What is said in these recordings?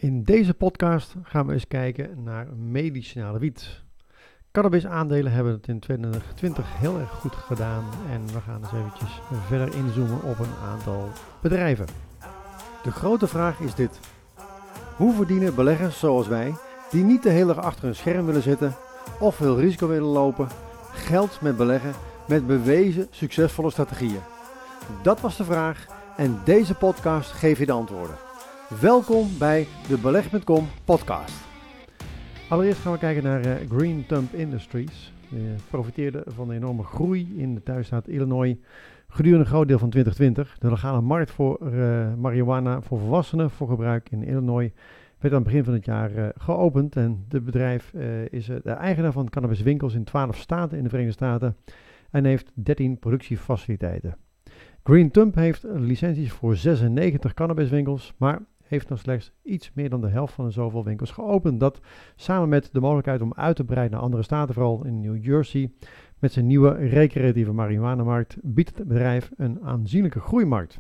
In deze podcast gaan we eens kijken naar medicinale wiet. Cannabis-aandelen hebben het in 2020 heel erg goed gedaan en we gaan eens eventjes verder inzoomen op een aantal bedrijven. De grote vraag is dit: hoe verdienen beleggers zoals wij, die niet de hele dag achter een scherm willen zitten of veel risico willen lopen, geld met beleggen met bewezen succesvolle strategieën? Dat was de vraag en deze podcast geeft je de antwoorden. Welkom bij de Beleg.com podcast. Allereerst gaan we kijken naar Green Thumb Industries. Die profiteerde van de enorme groei in de thuisstaat Illinois gedurende een groot deel van 2020. De legale markt voor marihuana voor volwassenen voor gebruik in Illinois werd aan het begin van het jaar geopend. En het bedrijf is de eigenaar van cannabiswinkels in 12 staten in de Verenigde Staten en heeft 13 productiefaciliteiten. Green Thumb heeft licenties voor 96 cannabiswinkels, maar heeft nog slechts iets meer dan de helft van de zoveel winkels geopend. Dat samen met de mogelijkheid om uit te breiden naar andere staten, vooral in New Jersey, met zijn nieuwe recreatieve marihuana-markt, biedt het bedrijf een aanzienlijke groeimarkt.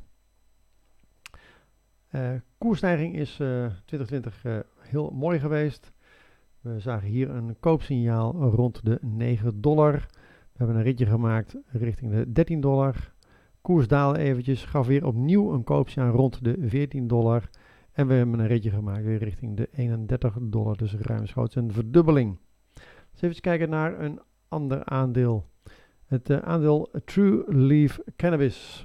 Koersstijging is 2020 heel mooi geweest. We zagen hier een koopsignaal rond de $9. We hebben een ritje gemaakt richting de $13. Koers daalde eventjes, gaf weer opnieuw een koopsignaal rond de $14. En we hebben een ritje gemaakt weer richting de $31, dus ruimschoots een verdubbeling. Dus even kijken naar een ander aandeel. Het aandeel True Leaf Cannabis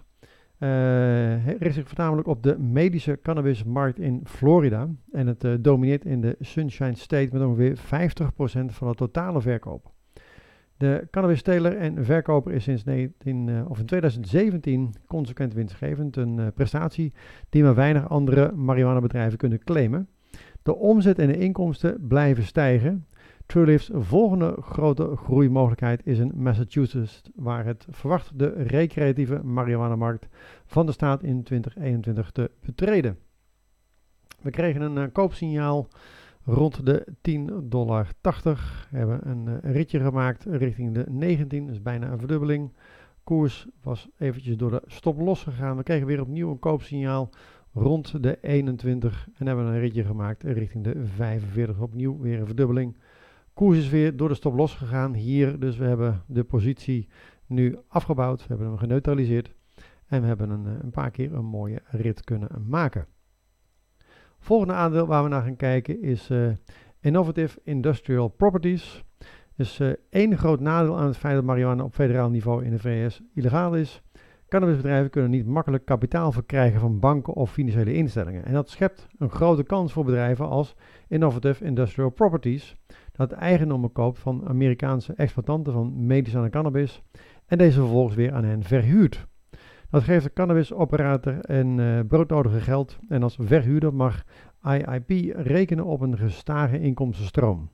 richt zich voornamelijk op de medische cannabismarkt in Florida. En het domineert in de Sunshine State met ongeveer 50% van de totale verkoop. De cannabisteler en verkoper is sinds in 2017 consequent winstgevend, een prestatie die maar weinig andere marihuanabedrijven kunnen claimen. De omzet en de inkomsten blijven stijgen. TrueLeaf's volgende grote groeimogelijkheid is in Massachusetts, waar het verwacht de recreatieve marihuanamarkt van de staat in 2021 te betreden. We kregen een koopsignaal rond de $10,80. We hebben een ritje gemaakt richting de 19, dus bijna een verdubbeling. Koers was eventjes door de stop los gegaan. We kregen weer opnieuw een koopsignaal rond de 21 en hebben een ritje gemaakt richting de 45. Opnieuw weer een verdubbeling. Koers is weer door de stop los gegaan hier, dus we hebben de positie nu afgebouwd. We hebben hem geneutraliseerd en we hebben een paar keer een mooie rit kunnen maken. Volgende aandeel waar we naar gaan kijken is Innovative Industrial Properties. Dus één groot nadeel aan het feit dat marihuana op federaal niveau in de VS illegaal is. Cannabisbedrijven kunnen niet makkelijk kapitaal verkrijgen van banken of financiële instellingen. En dat schept een grote kans voor bedrijven als Innovative Industrial Properties, dat eigendommen koopt van Amerikaanse exploitanten van medicijnen cannabis en deze vervolgens weer aan hen verhuurt. Dat geeft de cannabisoperator een broodnodige geld en als verhuurder mag IIP rekenen op een gestage inkomstenstroom.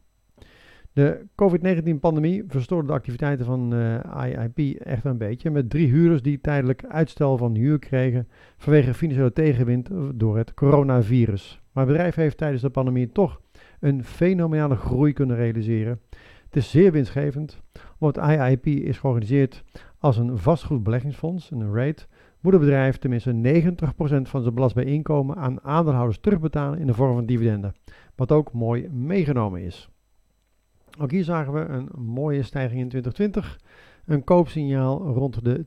De COVID-19-pandemie verstoorde de activiteiten van IIP echt een beetje, met 3 huurders die tijdelijk uitstel van huur kregen vanwege financiële tegenwind door het coronavirus. Maar het bedrijf heeft tijdens de pandemie toch een fenomenale groei kunnen realiseren. Het is zeer winstgevend, omdat IIP is georganiseerd als een vastgoedbeleggingsfonds, een REIT, moet het bedrijf tenminste 90% van zijn belastbaar inkomen aan aandeelhouders terugbetalen in de vorm van dividenden, wat ook mooi meegenomen is. Ook hier zagen we een mooie stijging in 2020, een koopsignaal rond de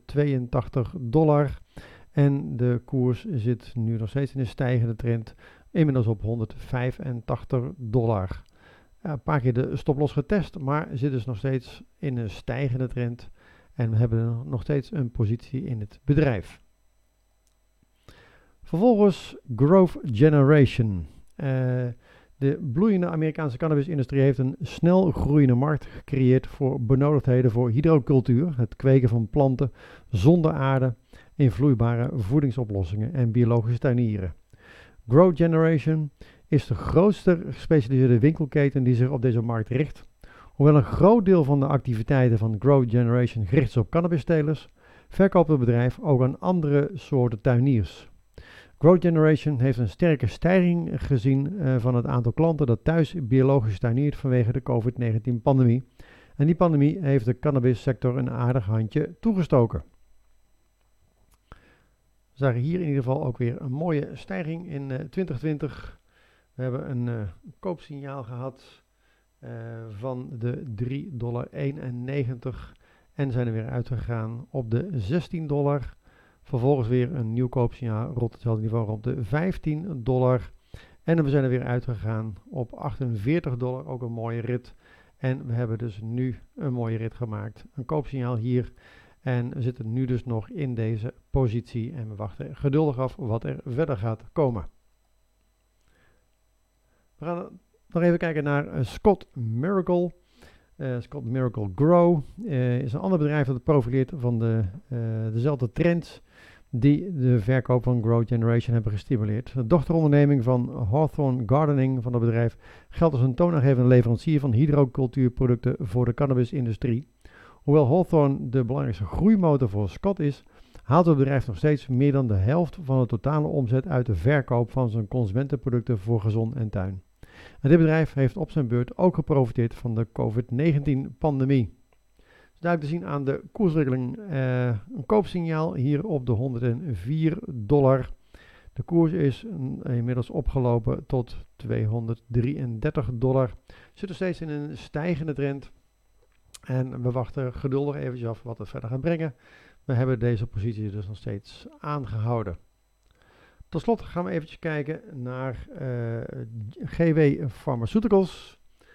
$82 en de koers zit nu nog steeds in een stijgende trend, inmiddels op $185. Ja, een paar keer de stoploss getest, maar zit dus nog steeds in een stijgende trend en we hebben nog steeds een positie in het bedrijf. Vervolgens Growth Generation. De bloeiende Amerikaanse cannabisindustrie heeft een snel groeiende markt gecreëerd voor benodigdheden voor hydrocultuur, het kweken van planten zonder aarde in vloeibare voedingsoplossingen en biologische tuinieren. Growth Generation is de grootste gespecialiseerde winkelketen die zich op deze markt richt. Hoewel een groot deel van de activiteiten van Growth Generation gericht is op cannabistelers, verkoopt het bedrijf ook aan andere soorten tuiniers. Growth Generation heeft een sterke stijging gezien van het aantal klanten dat thuis biologisch tuiniert vanwege de COVID-19-pandemie. En die pandemie heeft de cannabissector een aardig handje toegestoken. We zagen hier in ieder geval ook weer een mooie stijging in 2020. We hebben een koopsignaal gehad van de $3,91 en zijn er weer uitgegaan op de $16. Vervolgens weer een nieuw koopsignaal rond hetzelfde niveau rond de $15. En we zijn er weer uitgegaan op $48, ook een mooie rit. En we hebben dus nu een mooie rit gemaakt. Een koopsignaal hier. En we zitten nu dus nog in deze positie. En we wachten geduldig af wat er verder gaat komen. We gaan nog even kijken naar Scott Miracle. Scott Miracle Grow is een ander bedrijf dat profileert van dezelfde trends die de verkoop van Grow Generation hebben gestimuleerd. De dochteronderneming van Hawthorne Gardening van het bedrijf geldt als een toonaangevende leverancier van hydrocultuurproducten voor de cannabisindustrie. Hoewel Hawthorne de belangrijkste groeimotor voor Scott is, haalt het bedrijf nog steeds meer dan de helft van de totale omzet uit de verkoop van zijn consumentenproducten voor gezond en tuin. En dit bedrijf heeft op zijn beurt ook geprofiteerd van de COVID-19-pandemie. Dus duidelijk te zien aan de koersregeling een koopsignaal hier op de $104. De koers is inmiddels opgelopen tot $233. Zit er steeds in een stijgende trend. En we wachten geduldig eventjes af wat het verder gaat brengen. We hebben deze positie dus nog steeds aangehouden. Tot slot gaan we eventjes kijken naar GW Pharmaceuticals.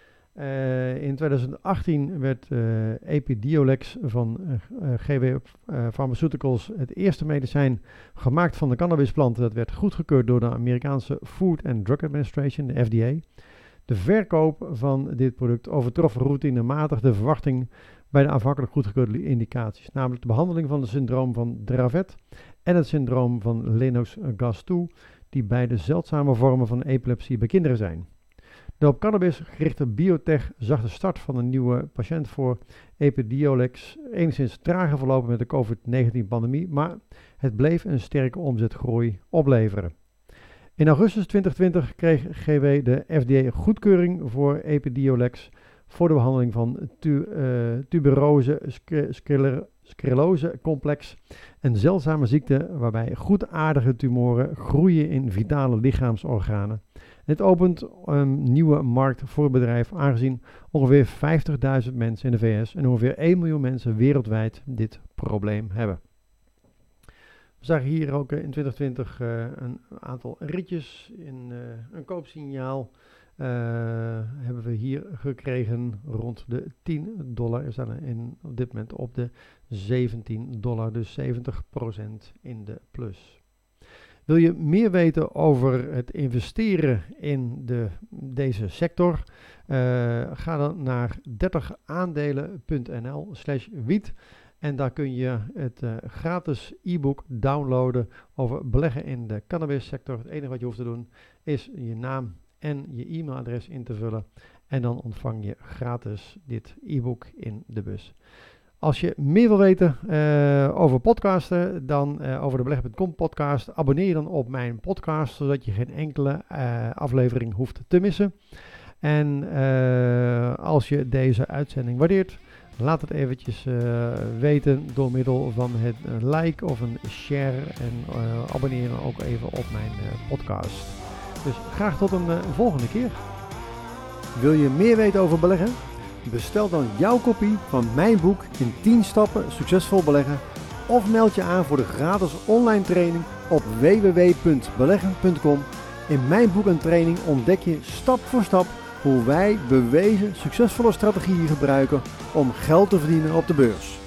In 2018 werd Epidiolex van GW Pharmaceuticals het eerste medicijn gemaakt van de cannabisplanten. Dat werd goedgekeurd door de Amerikaanse Food and Drug Administration, de FDA. De verkoop van dit product overtrof routinematig de verwachting bij de aanvankelijk goedgekeurde indicaties, namelijk de behandeling van het syndroom van Dravet en het syndroom van Lennox-Gastaut, die beide zeldzame vormen van epilepsie bij kinderen zijn. De op cannabis gerichte biotech zag de start van een nieuwe patiënt voor Epidiolex enigszins trager verlopen met de COVID-19-pandemie, maar het bleef een sterke omzetgroei opleveren. In augustus 2020 kreeg GW de FDA goedkeuring voor Epidiolex voor de behandeling van tuberose sclerose complex, een zeldzame ziekte waarbij goedaardige tumoren groeien in vitale lichaamsorganen. Dit opent een nieuwe markt voor het bedrijf, aangezien ongeveer 50.000 mensen in de VS en ongeveer 1 miljoen mensen wereldwijd dit probleem hebben. We zagen hier ook in 2020 een aantal ritjes in een koopsignaal. Hebben we hier gekregen rond de $10. We staan op dit moment op de $17, dus 70% in de plus. Wil je meer weten over het investeren in deze sector? Ga dan naar 30aandelen.nl/wiet en daar kun je het gratis e-book downloaden over beleggen in de cannabissector. Het enige wat je hoeft te doen is je naam en je e-mailadres in te vullen en dan ontvang je gratis dit e-book in de bus. Als je meer wil weten over podcasten dan over de beleggen.com podcast, abonneer je dan op mijn podcast, zodat je geen enkele aflevering hoeft te missen. En als je deze uitzending waardeert, laat het eventjes weten door middel van het like of een share en abonneer dan ook even op mijn podcast. Dus graag tot een volgende keer. Wil je meer weten over beleggen? Bestel dan jouw kopie van mijn boek in 10 stappen succesvol beleggen of meld je aan voor de gratis online training op www.beleggen.com. In mijn boek en training ontdek je stap voor stap hoe wij bewezen succesvolle strategieën gebruiken om geld te verdienen op de beurs.